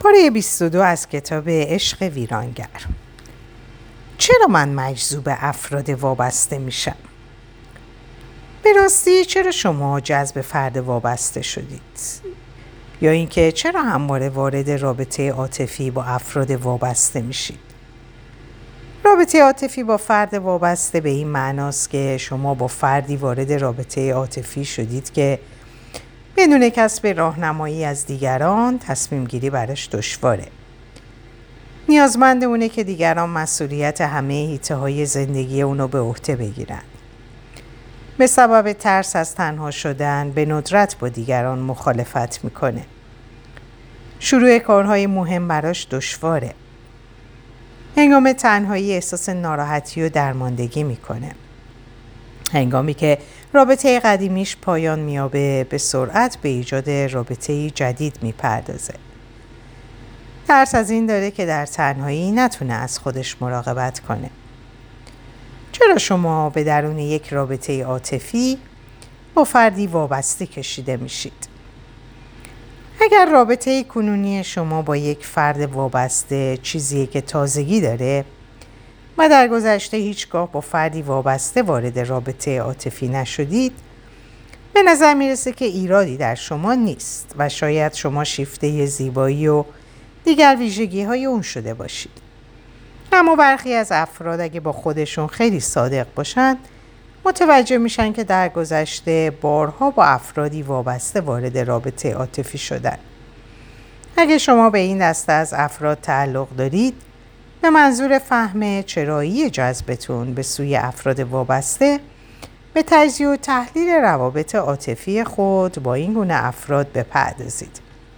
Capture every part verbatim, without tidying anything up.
پاره بیست و دو از کتاب عشق ویرانگر. چرا من مجذوب افراد وابسته میشم؟ به راستی چرا شما جذب فرد وابسته شدید؟ یا اینکه چرا همواره وارد رابطه عاطفی با افراد وابسته میشید؟ رابطه عاطفی با فرد وابسته به این معناست که شما با فردی وارد رابطه عاطفی شدید که بدون کسب راهنمایی از دیگران تصمیم گیری براش دشواره. نیازمند اونه که دیگران مسئولیت همه حیطه‌های زندگی اونو به عهده بگیرن. به سبب ترس از تنها شدن به ندرت با دیگران مخالفت میکنه. شروع کارهای مهم براش دشواره. هنگام تنهایی احساس ناراحتی و درماندگی میکنه. هنگامی که رابطه قدیمیش پایان میابه به سرعت به ایجاد رابطه جدید میپردازه. ترس از این داره که در تنهایی نتونه از خودش مراقبت کنه. چرا شما به درون یک رابطه عاطفی با فردی وابسته کشیده میشید؟ اگر رابطه کنونی شما با یک فرد وابسته چیزیه که تازگی داره و در گذشته هیچگاه با فردی وابسته وارد رابطه عاطفی نشدید، به نظر میرسه که ایرادی در شما نیست و شاید شما شیفته زیبایی و دیگر ویژگی های اون شده باشید. اما برخی از افراد اگه با خودشون خیلی صادق باشن متوجه میشن که در گذشته بارها با افرادی وابسته وارد رابطه عاطفی شدن. اگه شما به این دسته از افراد تعلق دارید، به منظور فهم چرایی جذبتون به سوی افراد وابسته، به تجزیه و تحلیل روابط عاطفی خود با این گونه افراد بپردازید.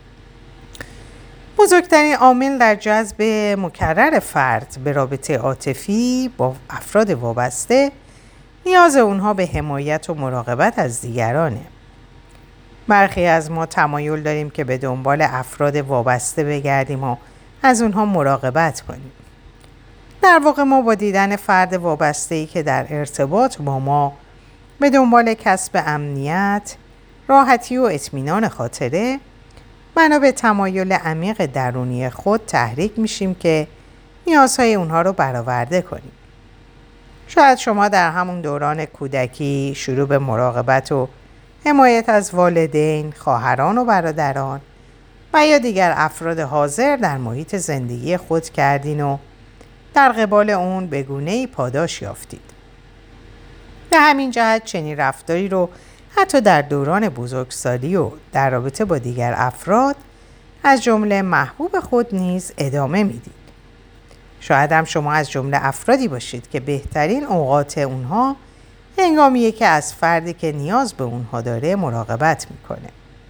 بزرگترین عامل در جذب مکرر فرد به رابطه عاطفی با افراد وابسته نیاز اونها به حمایت و مراقبت از دیگرانه. برخی از ما تمایل داریم که به دنبال افراد وابسته بگردیم و از اونها مراقبت کنیم. در واقع ما با دیدن فرد وابسته‌ای که در ارتباط با ما به دنبال کسب امنیت، راحتی و اطمینان خاطره، بنا به تمایل عمیق درونی خود تحریک میشیم که نیازهای اونها رو برآورده کنیم. شاید شما در همون دوران کودکی شروع به مراقبت و حمایت از والدین، خواهران و برادران و یا دیگر افراد حاضر در محیط زندگی خود کردین و در قبال اون به گونه‌ای پاداش یافتید. به همین جهت چنین رفتاری رو حتی در دوران بزرگسالی و در رابطه با دیگر افراد از جمله محبوب خود نیز ادامه میدید. شاید هم شما از جمله افرادی باشید که بهترین اوقات اونها هنگامیه که از فردی که نیاز به اونها داره مراقبت میکنه.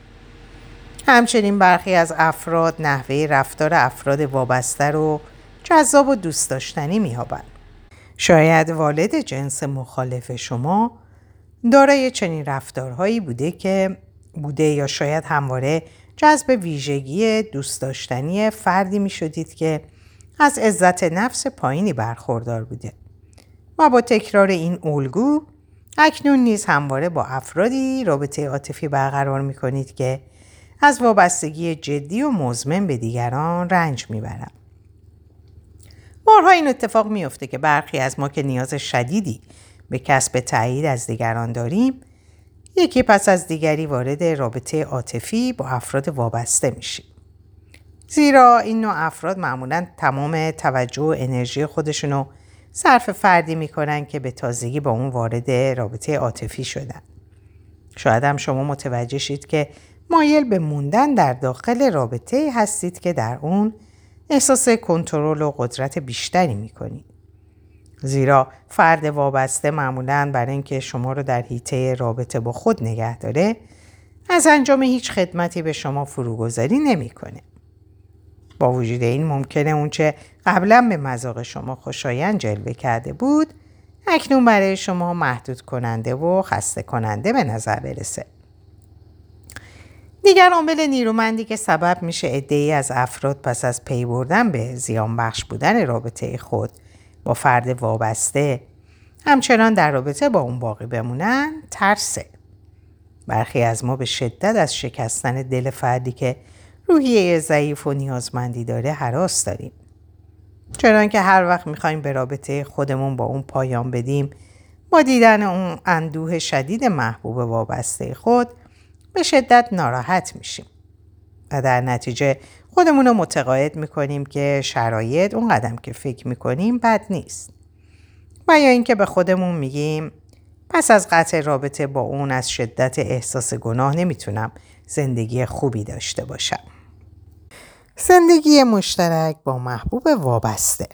همچنین برخی از افراد نحوه رفتار افراد وابسته رو جذاب و دوست داشتنی می‌یابند. شاید والد جنس مخالف شما دارای چنین رفتارهایی بوده که بوده یا شاید همواره جذب ویژگی دوست داشتنی فردی می‌شدید که از عزت نفس پایینی برخوردار بوده و با تکرار این الگو اکنون نیز همواره با افرادی رابطه عاطفی برقرار می‌کنید که از وابستگی جدی و مزمن به دیگران رنج می‌برند. بارها این اتفاق میفته که برخی از ما که نیاز شدیدی به کسب تایید از دیگران داریم، یکی پس از دیگری وارد رابطه عاطفی با افراد وابسته میشیم. زیرا این نوع افراد معمولاً تمام توجه و انرژی خودشونو صرف فردی میکنن که به تازگی با اون وارد رابطه عاطفی شدن. شاید هم شما متوجه شید که مایل به موندن در داخل رابطه هستید که در اون احساس کنترل و قدرت بیشتری میکنید. زیرا فرد وابسته معمولاً برای اینکه شما رو در حیطه رابطه با خود نگه داره، از انجام هیچ خدمتی به شما فروگذاری نمیکنه. با وجود این ممکنه اونچه قبلا به مذاق شما خوشایند جلوه کرده بود، اکنون برای شما محدود کننده و خسته کننده به نظر برسه. دیگر عامل نیرومندی که سبب میشه عده‌ای از افراد پس از پی بردن به زیان بخش بودن رابطه خود با فرد وابسته همچنان در رابطه با اون باقی بمونن، ترسه. برخی از ما به شدت از شکستن دل فردی که روحیه ضعیف و نیازمندی داره هراس داریم. چنان که هر وقت میخوایم به رابطه خودمون با اون پایان بدیم، با دیدن اون اندوه شدید محبوب وابسته خود به شدت ناراحت میشیم و در نتیجه خودمون رو متقاعد میکنیم که شرایط اون قدم که فکر میکنیم بد نیست. و یا اینکه به خودمون میگیم پس از قطع رابطه با اون از شدت احساس گناه نمیتونم زندگی خوبی داشته باشم. زندگی مشترک با محبوب وابسته.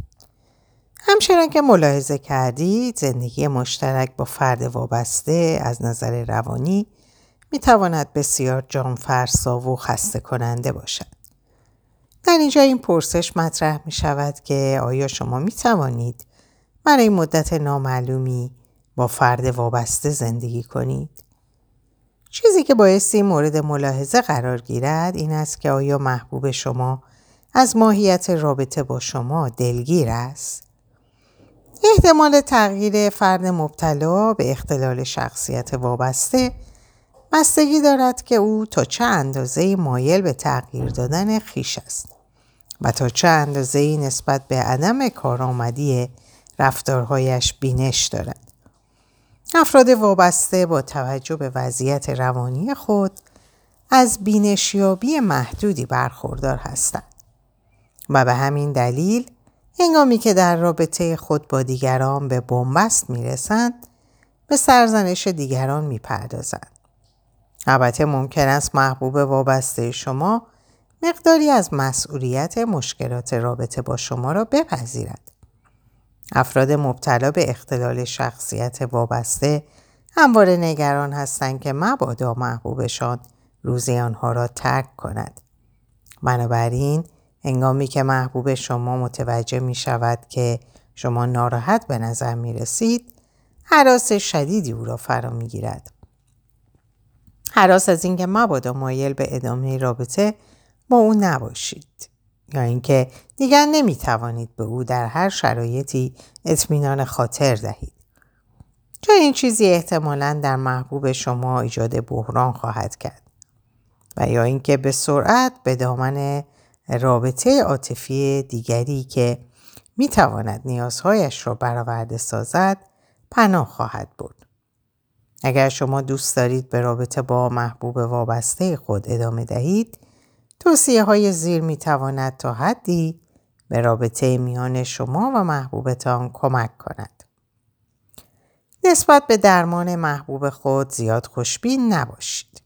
همچنان که ملاحظه کردید، زندگی مشترک با فرد وابسته از نظر روانی میتواند بسیار جانفرسا و خسته کننده باشد. در اینجا این پرسش مطرح می شود که آیا شما می توانید برای مدت نامعلومی با فرد وابسته زندگی کنید؟ چیزی که بایستی مورد ملاحظه قرار گیرد این است که آیا محبوب شما از ماهیت رابطه با شما دلگیر است؟ احتمال تغییر فرد مبتلا به اختلال شخصیت وابسته بستگی دارد که او تا چه اندازه مایل به تغییر دادن خویش است و تا چه اندازه نسبت به عدم کارآمدی رفتارهایش بینش دارد. افراد وابسته با توجه به وضعیت روانی خود از بینشیابی محدودی برخوردار هستند و به همین دلیل هنگامی که در رابطه خود با دیگران به بنبست میرسند به سرزنش دیگران میپردازند. البته ممکن است محبوب وابسته شما مقداری از مسئولیت مشکلات رابطه با شما را بپذیرد. افراد مبتلا به اختلال شخصیت وابسته همواره نگران هستند که مبادا محبوبشان روزی آنها را ترک کند. بنابراین هنگامی که محبوب شما متوجه می شود که شما ناراحت به نظر می رسید، هراس شدیدی او را فرا می گیرد. هراس از اینکه مبادا مایل به ادامه رابطه با او نباشید یا اینکه دیگر نمی توانید به او در هر شرایطی اطمینان خاطر دهید. چون این چیزی احتمالاً در محبوب شما ایجاد بحران خواهد کرد و یا اینکه به سرعت به دامن رابطه عاطفی دیگری که می تواند نیازهایش را برآورده سازد پناه خواهد برد. اگر شما دوست دارید به رابطه با محبوب وابسته خود ادامه دهید، توصیه های زیر می تواند تا حدی به رابطه میان شما و محبوبتان کمک کند. نسبت به درمان محبوب خود زیاد خوشبین نباشید.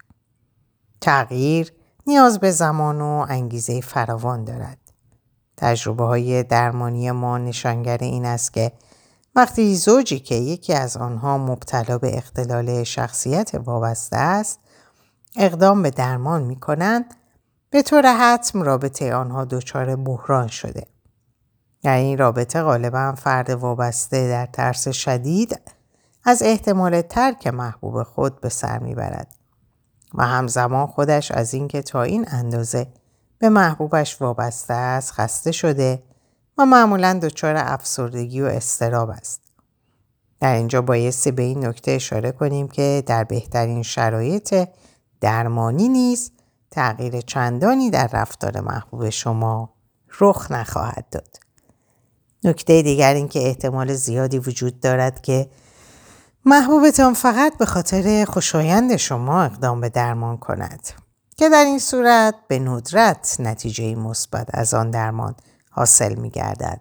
تغییر نیاز به زمان و انگیزه فراوان دارد. تجربه های درمانی ما نشانگر این است که وقتی زوجی که یکی از آنها مبتلا به اختلال شخصیت وابسته است اقدام به درمان می کنند، به طور حتم رابطه آنها دچار بحران شده. در این رابطه غالباً فرد وابسته در ترس شدید از احتمال ترک محبوب خود به سر میبرد و همزمان خودش از اینکه تا این اندازه به محبوبش وابسته است خسته شده و معمولاً دچار افسردگی و اضطراب است. در اینجا بایستی به این نکته اشاره کنیم که در بهترین شرایط درمانی نیز تغییر چندانی در رفتار محبوب شما رخ نخواهد داد. نکته دیگر این که احتمال زیادی وجود دارد که محبوبتان فقط به خاطر خوشایند شما اقدام به درمان کند که در این صورت به ندرت نتیجه مثبت از آن درمان حاصل می گردد.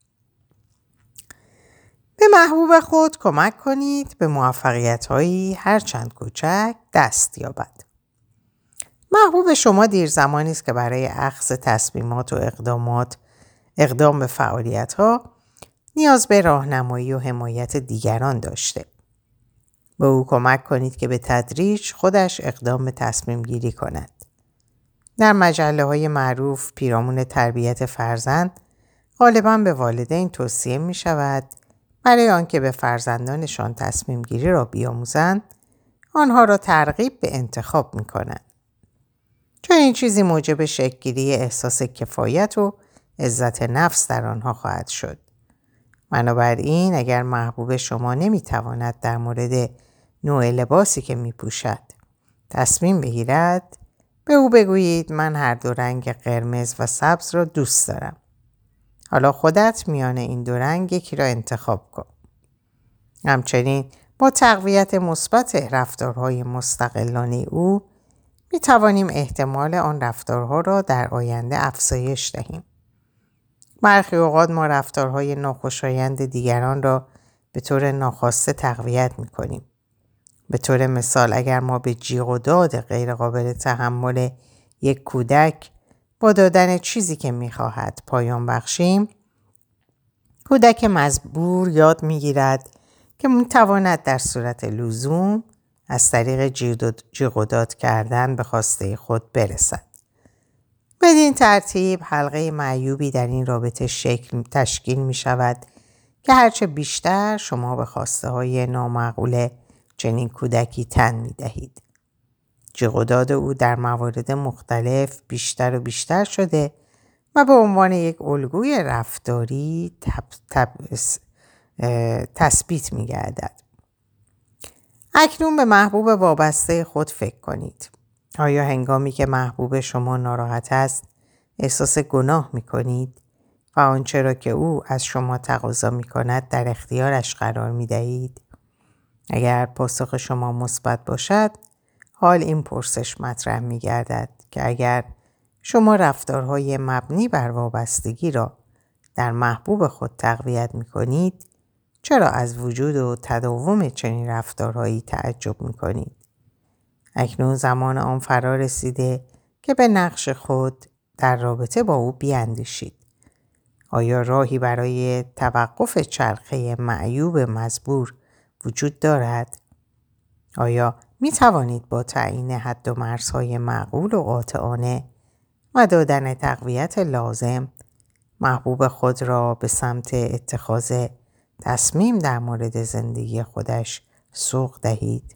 به محبوب خود کمک کنید به موفقیت‌هایی هرچند کوچک دست یابد. محبوب شما دیر زمانی است که برای اخذ تصمیمات و اقدامات اقدام به فعالیت‌ها نیاز به راهنمایی و حمایت دیگران داشته. به او کمک کنید که به تدریج خودش اقدام به تصمیم گیری کند. در مجله‌های معروف پیرامون تربیت فرزند غالباً به والدین توصیه می شود برای آنکه به فرزندانشان تصمیم گیری را بیاموزند آنها را ترغیب به انتخاب می کنند. چون این چیزی موجب شکل‌گیری احساس کفایت و عزت نفس در آنها خواهد شد. بنابراین اگر محبوب شما نمیتواند در مورد نوع لباسی که میپوشد تصمیم بگیرد، به او بگویید من هر دو رنگ قرمز و سبز را دوست دارم. حالا خودت میان این دو رنگ یکی را انتخاب کن. همچنین با تقویت مثبت رفتارهای مستقلانه او می توانیم احتمال آن رفتارها را در آینده افزایش دهیم. برخی اوقات ما رفتارهای ناخوشایند دیگران را به طور ناخواسته تقویت می کنیم. به طور مثال اگر ما به جیغ و داد غیرقابل تحمل یک کودک با دادن چیزی که می خواهد پایان بخشیم، کودک مزبور یاد می گیرد که می تواند در صورت لزوم از طریق جیغ و داد کردن به خواسته خود برسد. بدین ترتیب حلقه معیوبی در این رابطه شکل تشکیل می شود که هرچه بیشتر شما به خواسته های نامعقول چنین کودکی تن می دهید. جیغ و داد او در موارد مختلف بیشتر و بیشتر شده و به عنوان یک الگوی رفتاری تب، تب، تثبیت می گردد. اکنون به محبوب وابسته خود فکر کنید. آیا هنگامی که محبوب شما ناراحت است احساس گناه می کنید و آنچه را که او از شما تقاضا می کند در اختیارش قرار می دهید؟ اگر پاسخ شما مثبت باشد، حال این پرسش مطرح می گردد که اگر شما رفتارهای مبنی بر وابستگی را در محبوب خود تقویت می کنید، چرا از وجود و تداوم چنین رفتارهایی تعجب می کنید؟ اکنون زمان آن فرا رسیده که به نقش خود در رابطه با او بیاندیشید. آیا راهی برای توقف چرخه معیوب مزبور وجود دارد؟ آیا می توانید با تعیین حد و مرزهای معقول و قاطعانه و دادن تقویت لازم محبوب خود را به سمت اتخاذ تصمیم در مورد زندگی خودش سوق دهید؟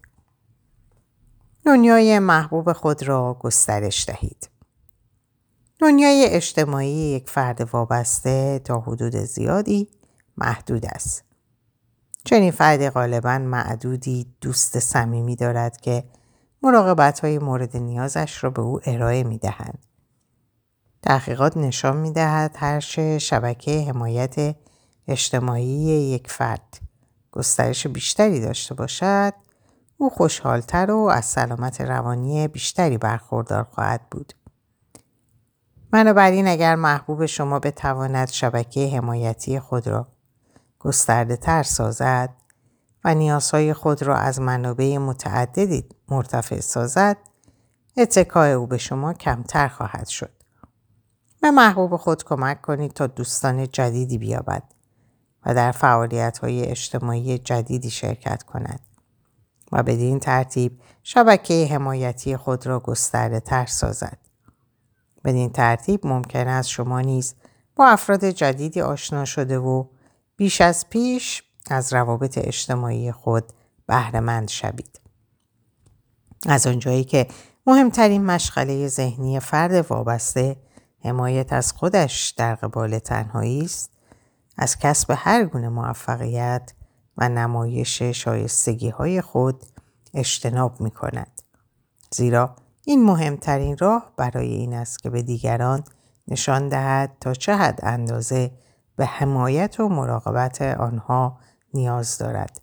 دنیای محبوب خود را گسترش دهید. دنیای اجتماعی یک فرد وابسته تا حدود زیادی محدود است. چنین فردی غالباً معدودی دوست صمیمی دارد که مراقبت‌های مورد نیازش را به او ارائه می‌دهند. تحقیقات نشان می‌دهد هر چه شبکه حمایت اجتماعی یک فرد گسترش بیشتری داشته باشد، او خوشحالتر و از سلامت روانی بیشتری برخوردار خواهد بود. بنابراین اگر محبوب شما بتواند شبکه حمایتی خود را گسترده تر سازد و نیازهای خود را از منابع متعددی مرتفع سازد، اتکای او به شما کمتر خواهد شد. به محبوب خود کمک کنید تا دوستان جدیدی بیابد و در فعالیت‌های اجتماعی جدیدی شرکت کند و بدین ترتیب شبکه حمایتی خود را گسترده تر سازد. بدین ترتیب ممکن است شما نیز با افراد جدیدی آشنا شده و بیش از پیش از روابط اجتماعی خود بهره مند شوید. از آنجایی که مهمترین مشغله ذهنی فرد وابسته حمایت از خودش در قبال تنهایی است، از کسب هر گونه موفقیت و نمایش شایستگی های خود اجتناب می کند. زیرا این مهمترین راه برای این است که به دیگران نشان دهد تا چه حد اندازه به حمایت و مراقبت آنها نیاز دارد.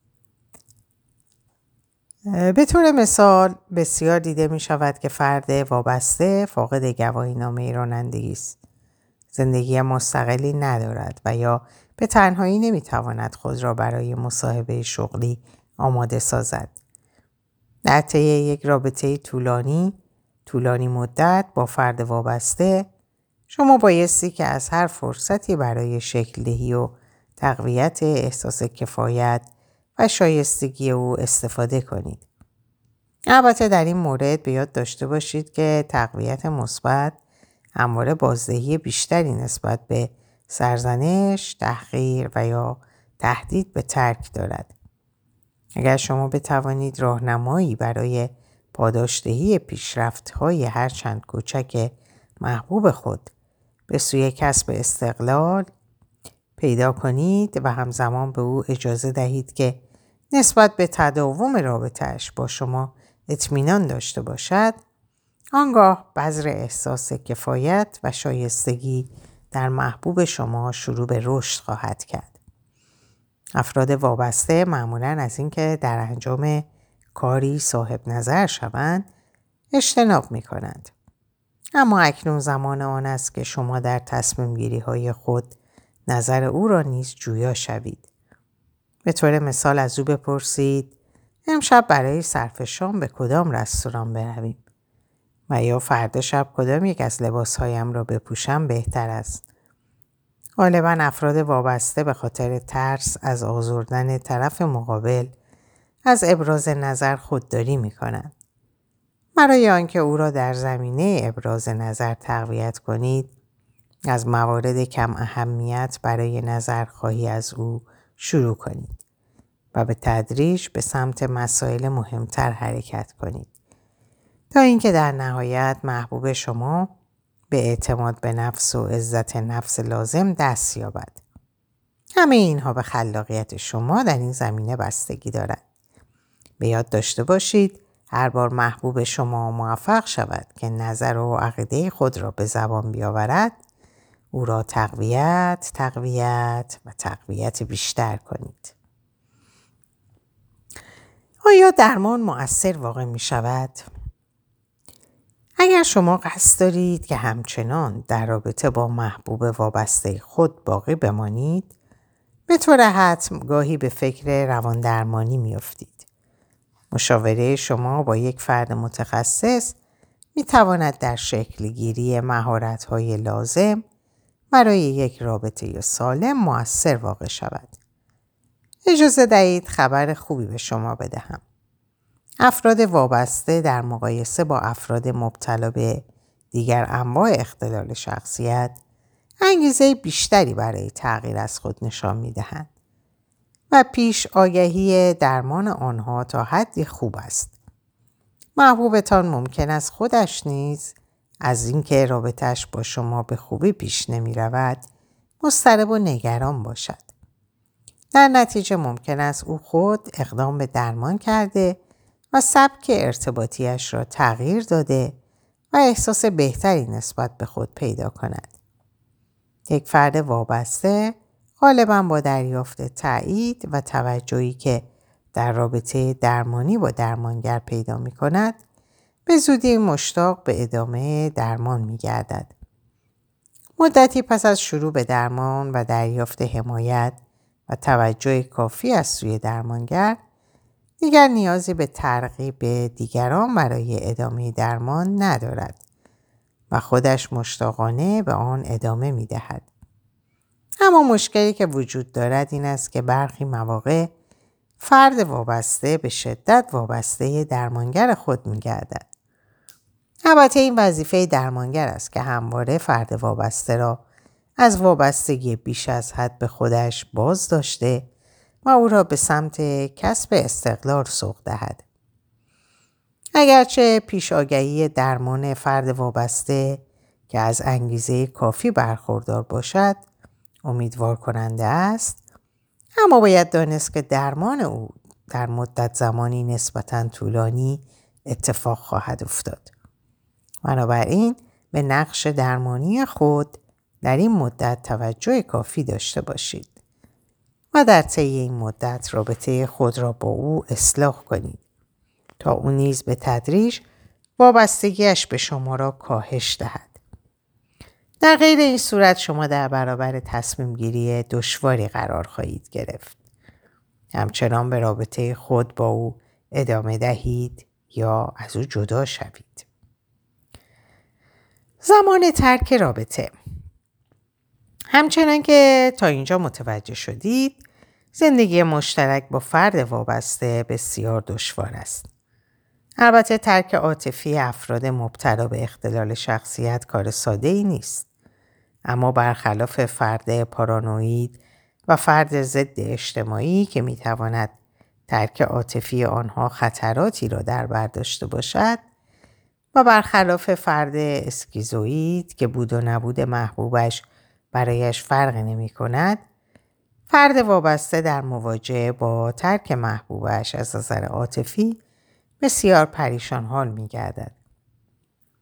به طور مثال بسیار دیده می شود که فرد وابسته فاقد گواهینامه رانندگی است. زندگی مستقلی ندارد و یا به تنهایی نمی تواند خود را برای مصاحبه شغلی آماده سازد. در طی یک رابطه طولانی طولانی مدت با فرد وابسته، شما بایستی که از هر فرصتی برای شکل دهی و تقویت احساس کفایت و شایستگی او استفاده کنید. البته در این مورد به یاد داشته باشید که تقویت مثبت همواره بازدهی بیشتری نسبت به سرزنش، تحقیر و یا تهدید به ترک دارد. اگر شما بتوانید راهنمایی برای پاداشدهی پیشرفت‌های هرچند کوچک محبوب خود به سوی کسب استقلال پیدا کنید و همزمان به او اجازه دهید که نسبت به تداوم رابطه‌اش با شما اطمینان داشته باشد، آنگاه بذر احساس کفایت و شایستگی در محبوب شما شروع به رشد خواهد کرد. افراد وابسته معمولاً از اینکه در انجام کاری صاحب نظر شوند اجتناب می کنند. اما اکنون زمان آن است که شما در تصمیم گیری های خود نظر او را نیز جویا شوید. به طور مثال از او بپرسید امشب برای صرف شام به کدام رستوران برویم؟ و یا فردا شب کدام یک از لباسهایم را بپوشم بهتر است؟ غالباً افراد وابسته به خاطر ترس از آزردن طرف مقابل از ابراز نظر خودداری می کنند. برای آنکه او را در زمینه ابراز نظر تقویت کنید، از موارد کم اهمیت برای نظرخواهی از او شروع کنید و به تدریج به سمت مسائل مهمتر حرکت کنید تا اینکه در نهایت محبوب شما به اعتماد به نفس و عزت نفس لازم دست یابد. همه اینها به خلاقیت شما در این زمینه بستگی دارد. به یاد داشته باشید هر بار محبوب شما موفق شود که نظر و عقیده خود را به زبان بیاورد، او را تقویت، تقویت و تقویت بیشتر کنید. آیا درمان مؤثر واقع می شود؟ اگر شما قصد دارید که همچنان در رابطه با محبوب وابسته خود باقی بمانید، به طور حتم گاهی به فکر روان درمانی می افتید. مشاوره شما با یک فرد متخصص می تواند در شکل گیری مهارت‌های لازم برای یک رابطه سالم مؤثر واقع شود. اجازه دهید خبر خوبی به شما بدهم. افراد وابسته در مقایسه با افراد مبتلا به دیگر انواع اختلال شخصیت انگیزه بیشتری برای تغییر از خود نشان می دهند و پیش آگهی درمان آنها تا حدی خوب است. محبوبتان ممکن است خودش نیز از اینکه رابطش با شما به خوبی پیش نمی رود مضطرب و نگران باشد. در نتیجه ممکن است او خود اقدام به درمان کرده و سبک ارتباطیش را تغییر داده و احساس بهتری نسبت به خود پیدا کند. یک فرد وابسته غالباً با دریافت تایید و توجهی که در رابطه درمانی با درمانگر پیدا می کند به زودی مشتاق به ادامه درمان می گردد. مدتی پس از شروع به درمان و دریافت حمایت و توجه کافی از سوی درمانگر دیگر نیازی به ترغیب دیگران برای ادامه درمان ندارد و خودش مشتاقانه به آن ادامه می دهد. اما مشکلی که وجود دارد این است که برخی مواقع فرد وابسته به شدت وابسته درمانگر خود می گردد. البته این وظیفه درمانگر است که همواره فرد وابسته را از وابستگی بیش از حد به خودش باز داشته و او را به سمت کسب استقلال سوق دهد. اگرچه پیش آگهی درمان فرد وابسته که از انگیزه کافی برخوردار باشد امیدوار کننده است، اما باید دانست که درمان او در مدت زمانی نسبتاً طولانی اتفاق خواهد افتاد. بنابراین به نقش درمانی خود در این مدت توجه کافی داشته باشید و در طی این مدت رابطه خود را با او اصلاح کنید تا او نیز به تدریج وابستگیش به شما را کاهش دهد. در غیر این صورت شما در برابر تصمیم گیری دشواری قرار خواهید گرفت. همچنان به رابطه خود با او ادامه دهید یا از او جدا شوید. زمان ترک رابطه. همچنان که تا اینجا متوجه شدید، زندگی مشترک با فرد وابسته بسیار دشوار است. البته ترک عاطفی افراد مبتلا به اختلال شخصیت کار ساده‌ای نیست. اما برخلاف فرد پارانوید و فرد ضد اجتماعی که میتواند ترک عاطفی آنها خطراتی را در بر داشته باشد و برخلاف فرد اسکیزوئید که بود و نبود محبوبش برایش فرق نمی کند، فرد وابسته در مواجهه با ترک محبوبش از نظر عاطفی بسیار پریشان حال می گردد.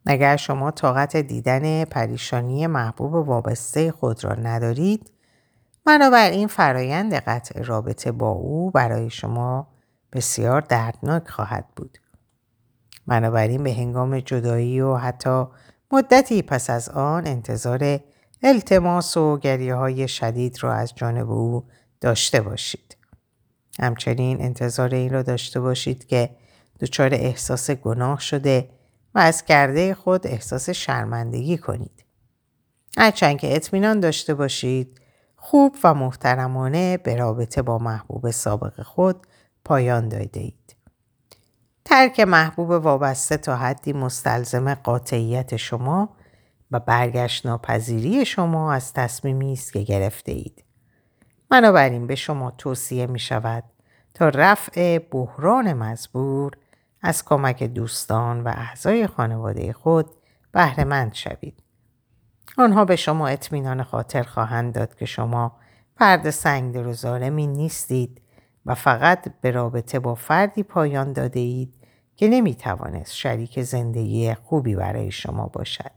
اگر شما طاقت دیدن پریشانی محبوب وابسته خود را ندارید، بنابراین فرایند قطع رابطه با او برای شما بسیار دردناک خواهد بود. بنابراین به هنگام جدایی و حتی مدتی پس از آن انتظار التماس و گریه‌های شدید را از جانب او داشته باشید. همچنین انتظار این را داشته باشید که دچار احساس گناه شده و از کرده خود احساس شرمندگی کنید. هرچند که اطمینان داشته باشید خوب و محترمانه به رابطه با محبوب سابق خود پایان داده اید. ترک محبوب وابسته تا حدی مستلزم قاطعیت شما و برگشت ناپذیری شما از تصمیمی است که گرفته اید. بنابراین به شما توصیه می شود تا رفع بحران مزبور از کمک دوستان و اعضای خانواده خود بهره مند شوید. آنها به شما اطمینان خاطر خواهند داد که شما فرد سنگدل و ظالمی نیستید و فقط به رابطه با فردی پایان داده اید که نمی توانست شریک زندگی خوبی برای شما باشد.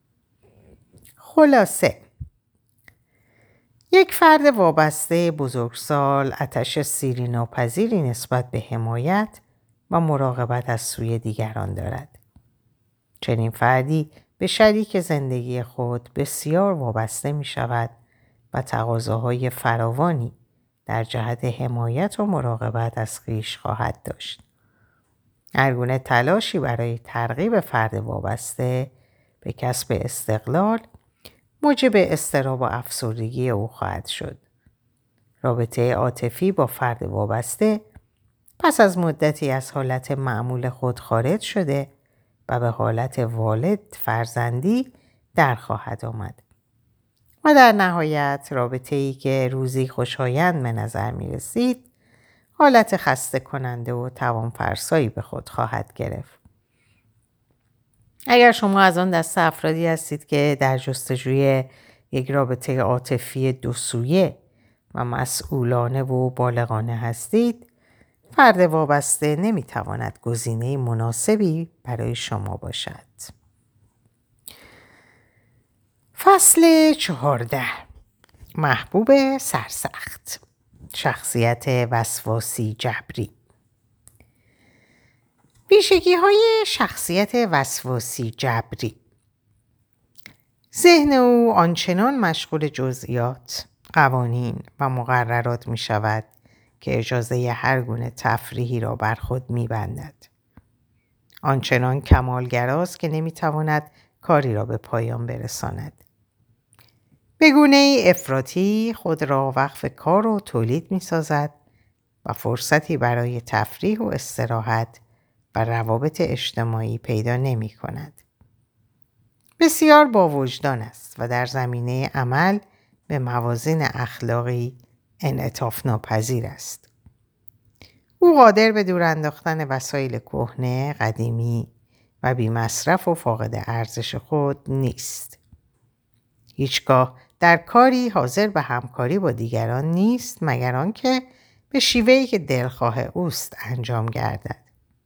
خلاصه، یک فرد وابسته بزرگسال آتش سیری ناپذیری نسبت به حمایت و مراقبت از سوی دیگران دارد. چنین فردی به شریک زندگی خود بسیار وابسته می شود و تقاضاهای فراوانی در جهت حمایت و مراقبت از خویش خواهد داشت. هر گونه تلاشی برای ترغیب فرد وابسته به کسب استقلال موجب اضطراب و افسردگی او خواهد شد. رابطه عاطفی با فرد وابسته پس از مدتی از حالت معمول خود خارج شده و به حالت والد فرزندی در خواهد آمد. و در نهایت رابطه‌ای که روزی خوشایند به نظر می رسید حالت خسته کننده و توانفرسایی به خود خواهد گرفت. اگر شما از آن دسته افرادی هستید که در جستجوی یک رابطه عاطفی دو سویه و مسئولانه و بالغانه هستید، فرد وابسته نمیتواند گزینه مناسبی برای شما باشد. فصل چهارده. محبوب سرسخت. شخصیت وسواسی جبری. ویژگی های شخصیت وسواسی جبری. ذهن او آنچنان مشغول جزئیات، قوانین و مقررات می شود که اجازه هر گونه تفریحی را بر خود می بندد. آنچنان کمالگراست که نمی تواند کاری را به پایان برساند. به گونه افراطی خود را وقف کار و تولید می سازد و فرصتی برای تفریح و استراحت و روابط اجتماعی پیدا نمی کند. بسیار با وجدان است و در زمینه عمل به موازین اخلاقی انعطاف ناپذیر است. او قادر به دور انداختن وسایل کهنه، قدیمی و بی مصرف و فاقد ارزش خود نیست. هیچگاه در کاری حاضر به همکاری با دیگران نیست مگر آنکه به شیوهی که دلخواه اوست انجام گردد.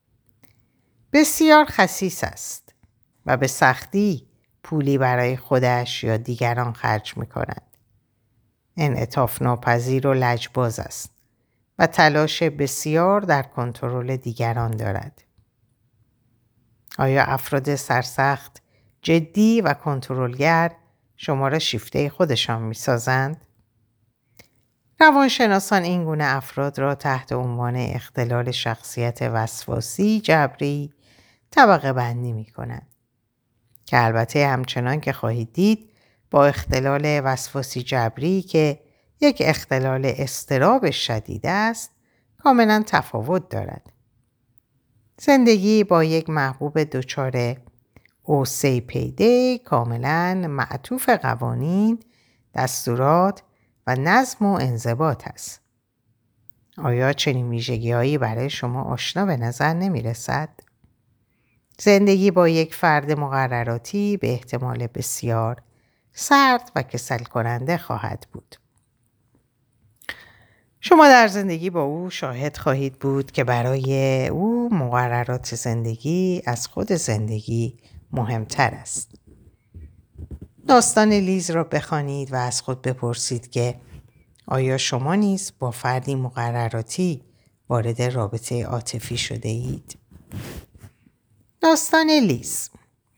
بسیار خسیس است و به سختی پولی برای خودش یا دیگران خرج می کند. انعطاف ناپذیر و لجباز است و تلاش بسیار در کنترل دیگران دارد. آیا افراد سرسخت، جدی و کنترلگر شما را شیفته خودشان می سازند؟ روانشناسان این گونه افراد را تحت عنوان اختلال شخصیت وسواسی جبری طبقه بندی می کنند. که البته همچنان که خواهید دید با اختلال وسواسی جبری که یک اختلال اضطراب شدید است کاملا تفاوت دارد. زندگی با یک محبوب دچار او سی پی دی کاملا معطوف قوانین، دستورات و نظم و انضباط است. آیا چنین ویژگی‌هایی برای شما آشنا به نظر نمی رسد؟ زندگی با یک فرد مقرراتی به احتمال بسیار سرد و کسل کننده خواهد بود. شما در زندگی با او شاهد خواهید بود که برای او مقررات زندگی از خود زندگی مهمتر است. داستان لیز را بخوانید و از خود بپرسید که آیا شما نیز با فردی مقرراتی وارد رابطه عاطفی شده اید؟ داستان لیز.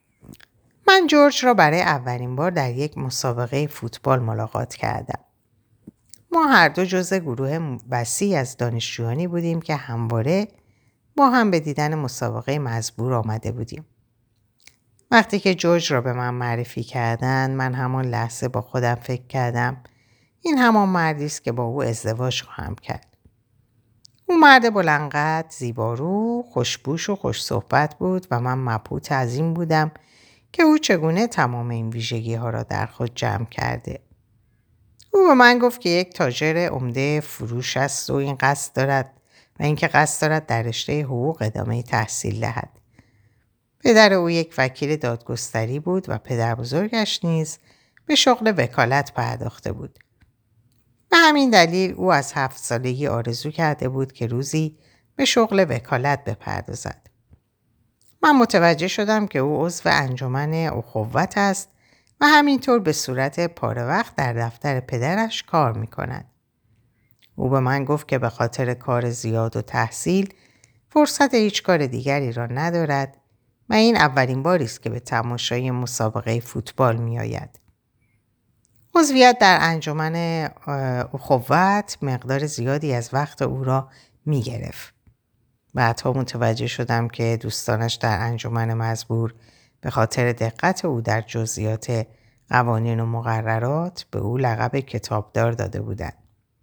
من جورج را برای اولین بار در یک مسابقه فوتبال ملاقات کردم. ما هر دو جزء گروه وسیعی از دانشجویانی بودیم که همواره با هم به دیدن مسابقه مزبور آمده بودیم. وقتی که جورج را به من معرفی کردند، من همان لحظه با خودم فکر کردم این همان مردی است که با او ازدواج خواهم کرد. او مرد بلندقد، زیبارو، خوشبوش و خوش صحبت بود و من مبهوت از این بودم که او چگونه تمام این ویژگی ها را در خود جمع کرده. او به من گفت که یک تاجر عمده فروش است و این قصد دارد و اینکه قصد دارد در رشته حقوق ادامه تحصیل دهد. پدر او یک وکیل دادگستری بود و پدر بزرگش نیز به شغل وکالت پرداخته بود. به همین دلیل او از هفت سالگی آرزو کرده بود که روزی به شغل وکالت بپردازد. من متوجه شدم که او عضو انجمن اخوت است و همینطور به صورت پاره وقت در دفتر پدرش کار می کند. او به من گفت که به خاطر کار زیاد و تحصیل فرصت هیچ کار دیگری را ندارد و این اولین باری است که به تماشای مسابقه فوتبال می آید. عضویت در انجمن اخوت مقدار زیادی از وقت او را می گرفت. بعدها متوجه شدم که دوستانش در انجمن مزبور به خاطر دقت او در جزئیات قوانین و مقررات به او لقب کتابدار داده بودند.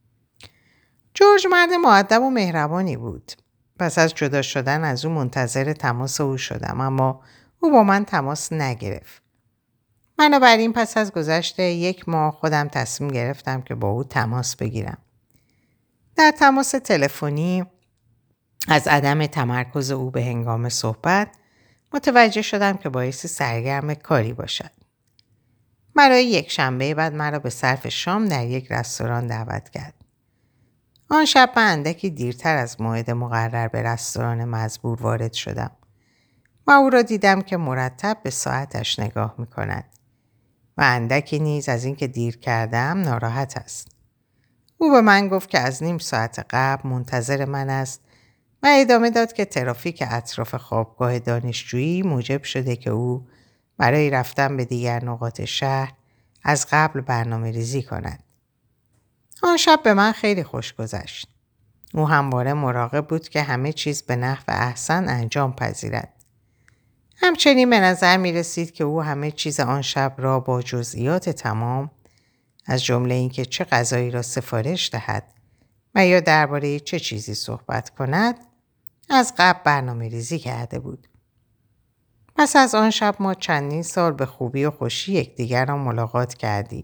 جورج مرد مؤدب و مهربانی بود. پس از جدا شدن از او منتظر تماس او شدم، اما او با من تماس نگرفت. بنابراین پس از گذشت یک ماه خودم تصمیم گرفتم که با او تماس بگیرم. در تماس تلفنی از عدم تمرکز او به هنگام صحبت متوجه شدم که بایستی سرگرم کاری باشد. برای یک شنبه بعد مرا به صرف شام در یک رستوران دعوت کرد. آن شب من اندکی دیرتر از موعد مقرر به رستوران مزبور وارد شدم و او را دیدم که مرتب به ساعتش نگاه می کند و اندکی نیز از اینکه دیر کردم ناراحت است. او به من گفت که از نیم ساعت قبل منتظر من است و ادامه داد که ترافیک اطراف خوابگاه دانشجویی موجب شده که او برای رفتن به دیگر نقاط شهر از قبل برنامه ریزی کند. آن شب به من خیلی خوش گذشت. او همواره مراقب بود که همه چیز به نحو احسن انجام پذیرد. همچنین به نظر می رسید که او همه چیز آن شب را با جزئیات تمام، از جمله اینکه چه غذایی را سفارش دهد و یا درباره چه چیزی صحبت کند، از قبل برنامه ریزی کرده بود. پس از آن شب ما چندین سال به خوبی و خوشی یکدیگر را ملاقات کردیم.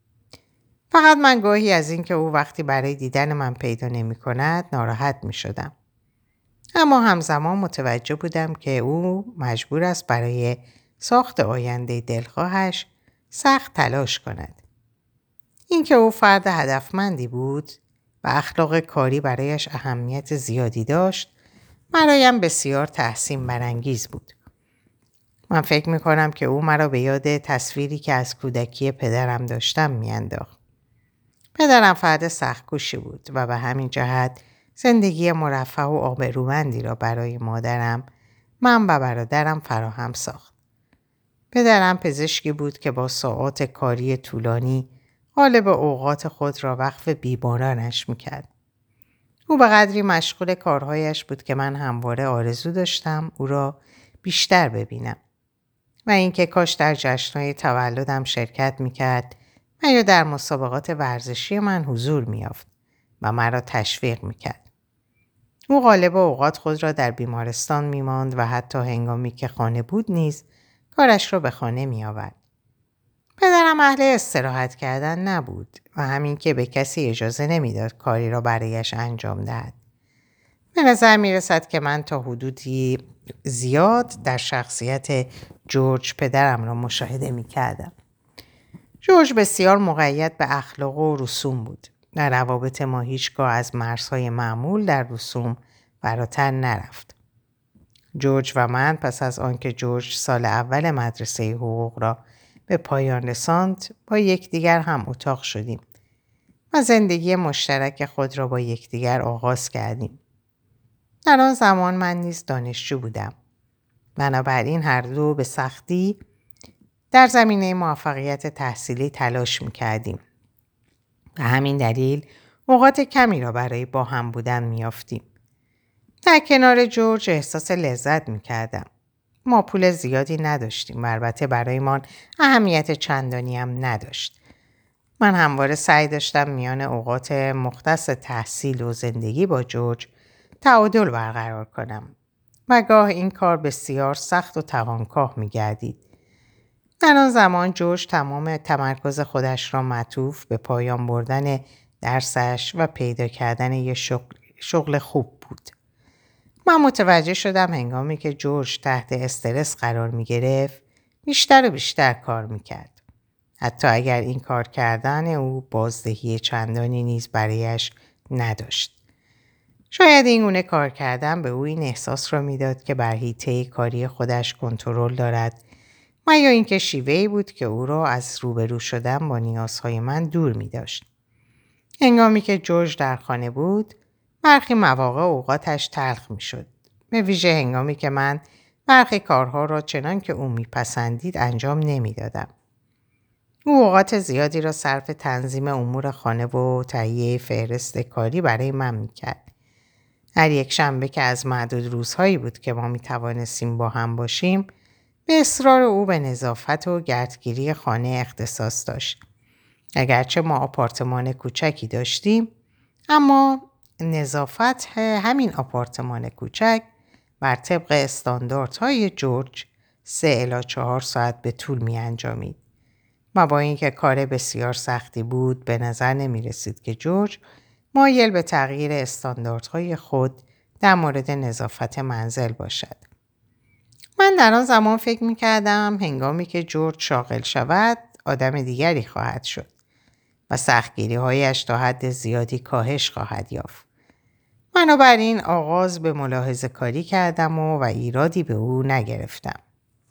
فقط من گاهی از این که او وقتی برای دیدن من پیدا نمی کند ناراحت می شدم. اما همزمان متوجه بودم که او مجبور است برای ساخت آینده دلخواهش سخت تلاش کند. این که او فرد هدفمندی بود و اخلاق کاری برایش اهمیت زیادی داشت برایم بسیار تحسین برانگیز بود. من فکر می کنم که او مرا به یاد تصویری که از کودکی پدرم داشتم می انداخت. پدرم فرد سخت‌کوشی بود و به همین جهت زندگی مرفه و آبرومندی را برای مادرم، من و برادرم فراهم ساخت. پدرم پزشکی بود که با ساعات کاری طولانی غالب اوقات خود را وقف بیمارانش میکرد. او به قدری مشغول کارهایش بود که من همواره آرزو داشتم او را بیشتر ببینم و اینکه کاش در جشن‌های تولدم شرکت میکرد و یا در مسابقات ورزشی من حضور می‌یافت و مرا تشویق میکرد. او غالب اوقات خود را در بیمارستان میماند و حتی هنگامی که خانه بود نیز کارش را به خانه میآورد. پدرم اهل استراحت کردن نبود و همین که به کسی اجازه نمیداد کاری را برایش انجام دهد. به نظر می رسد که من تا حدودی زیاد در شخصیت جورج پدرم را مشاهده می کردم. جورج بسیار مقید به اخلاق و رسوم بود. در روابط ما هیچگاه از مرزهای معمول در رسوم فراتر نرفت. جورج و من پس از آنکه جورج سال اول مدرسه حقوق را به پایان رساند با یکدیگر هم اتاق شدیم و زندگی مشترک خود را با یکدیگر آغاز کردیم. در آن زمان من نیز دانشجو بودم. بنابراین هر دو به سختی در زمینه موفقیت تحصیلی تلاش می‌کردیم. به همین دلیل اوقات کمی را برای با هم بودن می‌یافتیم. در کنار جورج احساس لذت می‌کردم. ما پول زیادی نداشتیم و البته برایمان اهمیت چندانی هم نداشت. من همواره سعی داشتم میان اوقات مختص تحصیل و زندگی با جورج تعادل برقرار کنم و گاه این کار بسیار سخت و توانکاه می‌گردید. در آن زمان جورج تمام تمرکز خودش را معطوف به پایان بردن درسش و پیدا کردن یک شغل, شغل خوب بود. من متوجه شدم هنگامی که جورج تحت استرس قرار می گرفت بیشتر و بیشتر کار می کرد. حتی اگر این کار کردن او بازدهی چندانی نیز برایش نداشت. شاید این گونه کار کردن به او این احساس را می داد که بر حیطه کاری خودش کنترل دارد و یا اینکه شیوهی بود که او را از روبرو شدن با نیازهای من دور می داشت. هنگامی که جورج در خانه بود برخی مواقع اوقاتش تلخ می شد. به ویژه هنگامی که من برخی کارها را چنان که او می پسندید انجام نمی دادم. او اوقات زیادی را صرف تنظیم امور خانه و تهیه فهرست کاری برای من می کرد. هر یک شنبه که از معدود روزهایی بود که ما می توانستیم با هم باشیم به اصرار او به نظافت و گردگیری خانه اختصاص داشت. اگرچه ما آپارتمان کوچکی داشتیم اما نظافت همین آپارتمان کوچک بر طبق استانداردهای جورج سه الی چهار ساعت به طول می انجامید و با اینکه کار بسیار سختی بود به نظر نمی رسید که جورج مایل به تغییر استانداردهای خود در مورد نظافت منزل باشد. من در آن زمان فکر می کردم هنگامی که جورج شاغل شود آدم دیگری خواهد شد و سختگیری هایش تا حد زیادی کاهش خواهد یافت. بنابراین آغاز به ملاحظه کاری کردم و, و ایرادی به او نگرفتم.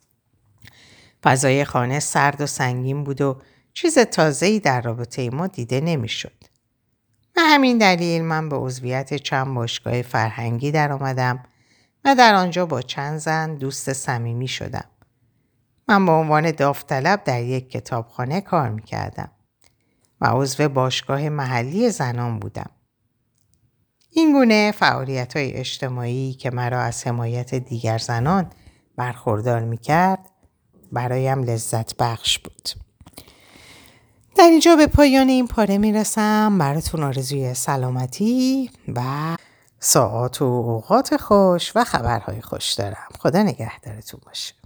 فضای خانه سرد و سنگین بود و چیز تازه‌ای در رابطه ما دیده نمی شد. به همین دلیل من به عضویت چند باشگاه فرهنگی در آمدم و در آنجا با چند زن دوست صمیمی شدم. من به عنوان داوطلب در یک کتابخانه کار می کردم و عضو باشگاه محلی زنان بودم. این گونه فعالیت‌های اجتماعی که مرا از حمایت دیگر زنان برخوردار می‌کرد برایم لذت بخش بود. در اینجا به پایان این پاره میرسم. براتون آرزوی سلامتی و ساعات و اوقات خوش و خبرهای خوش دارم. خدا نگهدارتون باشه.